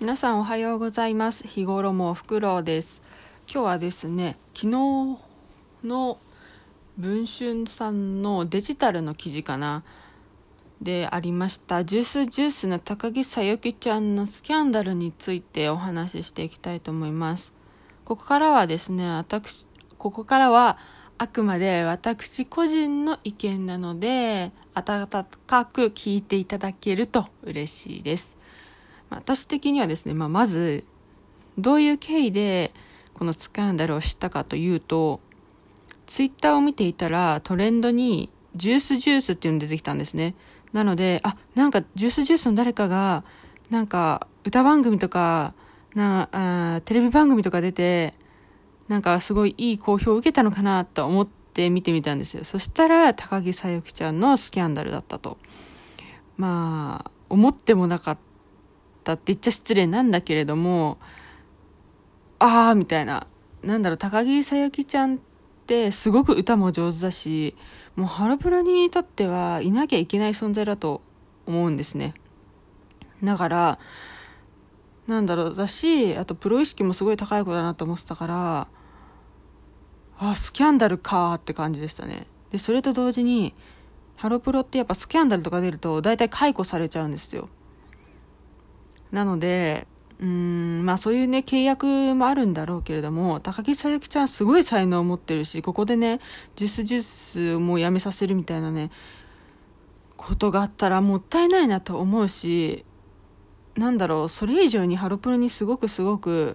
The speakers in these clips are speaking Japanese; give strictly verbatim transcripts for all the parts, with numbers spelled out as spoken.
皆さんおはようございます。日頃もフクロウです。今日はですね、昨日の文春さんのデジタルの記事かなでありましたジュースジュースの高木さよきちゃんのスキャンダルについてお話ししていきたいと思います。ここからはですね、私ここからはあくまで私個人の意見なので、温かく聞いていただけると嬉しいです。私的にはですね、まあ、まずどういう経緯でこのスキャンダルを知ったかというと、ツイッターを見ていたらトレンドにジュースジュースっていうのが出てきたんですね。なので、あ、なんかジュースジュースの誰かがなんか歌番組とかなあテレビ番組とか出て、なんかすごいいい好評を受けたのかなと思って見てみたんですよ。そしたら高木さよきちゃんのスキャンダルだったと。まあ思ってもなかったって言っちゃ失礼なんだけれども、あーみたいな、なんだろう、高木さよきちゃんってすごく歌も上手だし、もうハロプロにとってはいなきゃいけない存在だと思うんですね。だからなんだろうだし、あとプロ意識もすごい高い子だなと思ってたから、あ、スキャンダルかーって感じでしたね。でそれと同時にハロプロってやっぱスキャンダルとか出ると大体解雇されちゃうんですよ。なのでうーんまあそういうね契約もあるんだろうけれども、高木さよきちゃんすごい才能を持ってるし、ここでねジュースジュースもうやめさせるみたいなねことがあったらもったいないなと思うし、なんだろう、それ以上にハロプロにすごくすごく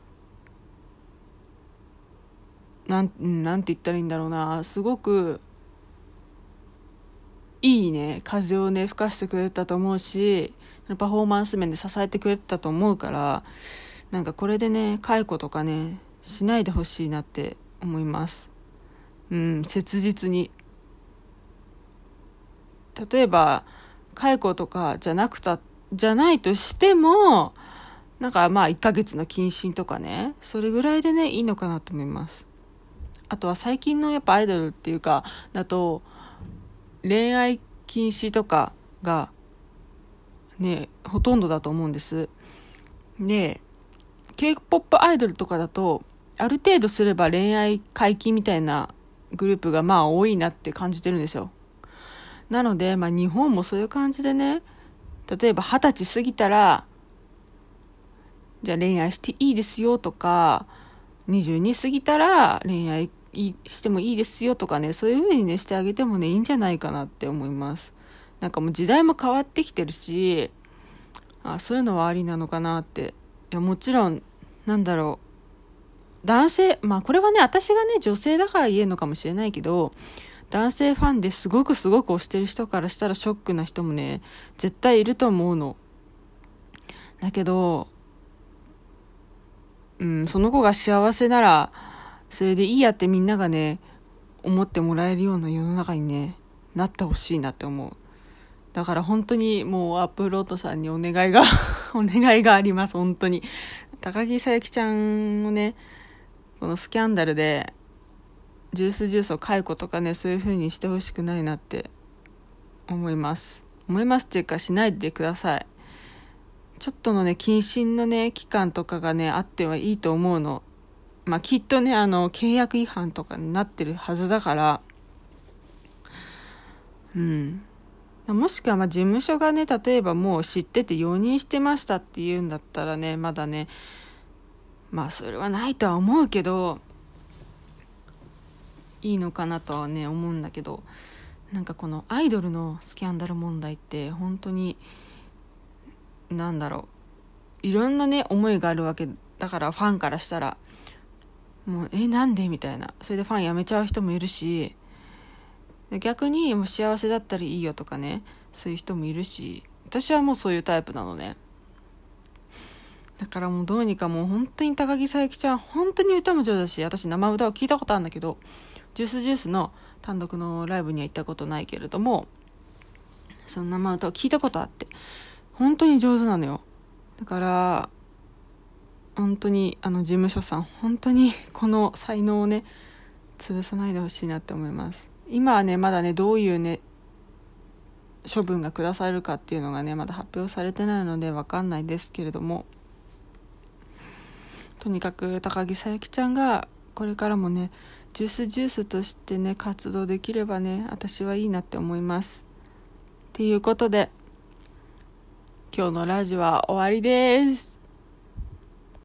なん、なんて言ったらいいんだろうな、すごくいいね風をね吹かしてくれたと思うし、パフォーマンス面で支えてくれたと思うから、なんかこれでね解雇とかねしないでほしいなって思います。うん切実に。例えば解雇とかじゃなくたじゃないとしても、なんかまあいっかげつの謹慎とかね、それぐらいでねいいのかなと思います。あとは最近のやっぱアイドルっていうかだと恋愛禁止とかがねほとんどだと思うんです。で K-ポップ アイドルとかだとある程度すれば恋愛解禁みたいなグループがまあ多いなって感じてるんですよ。なのでまあ日本もそういう感じでね、例えば二十歳過ぎたらじゃあ恋愛していいですよとか、にじゅうに過ぎたら恋愛してもいいですよとかね、そういう風にねしてあげてもねいいんじゃないかなって思います。なんかもう時代も変わってきてるし、あ、そういうのはありなのかなって。いやもちろんなんだろう、男性、まあこれはね私がね女性だから言えるのかもしれないけど、男性ファンですごくすごく推してる人からしたらショックな人もね絶対いると思うの。だけどうん、その子が幸せならそれでいいやってみんながね思ってもらえるような世の中にねなってほしいなって思う。だから本当にもうアップロードさんにお願いがお願いがあります。本当に高木さよきちゃんをねこのスキャンダルでジュースジュースを解雇とかね、そういう風にしてほしくないなって思います思いますっていうかしないでください。ちょっとのね謹慎のね期間とかがねあってはいいと思うの。まあきっとねあの契約違反とかになってるはずだから、うんもしくはまあ事務所がね例えばもう知ってて容認してましたっていうんだったらねまだねまあそれはないとは思うけどいいのかなとはね思うんだけど、なんかこのアイドルのスキャンダル問題って本当になんだろう、いろんなね思いがあるわけだから、ファンからしたらもうえなんでみたいな、それでファン辞めちゃう人もいるし、逆にもう幸せだったらいいよとかねそういう人もいるし、私はもうそういうタイプなのね。だからもうどうにかもう本当に高木さよきちゃん本当に歌も上手だし、私生歌を聞いたことあるんだけど、ジュースジュースの単独のライブには行ったことないけれども、その生歌を聞いたことあって本当に上手なのよ。だから本当にあの事務所さん本当にこの才能をね潰さないでほしいなって思います。今はねまだねどういうね処分が下されるかっていうのがねまだ発表されてないので分かんないですけれども、 とにかく高木さゆきちゃんがこれからもねジュースジュースとしてね活動できればね私はいいなって思います。っていうことで今日のラジオは終わりです。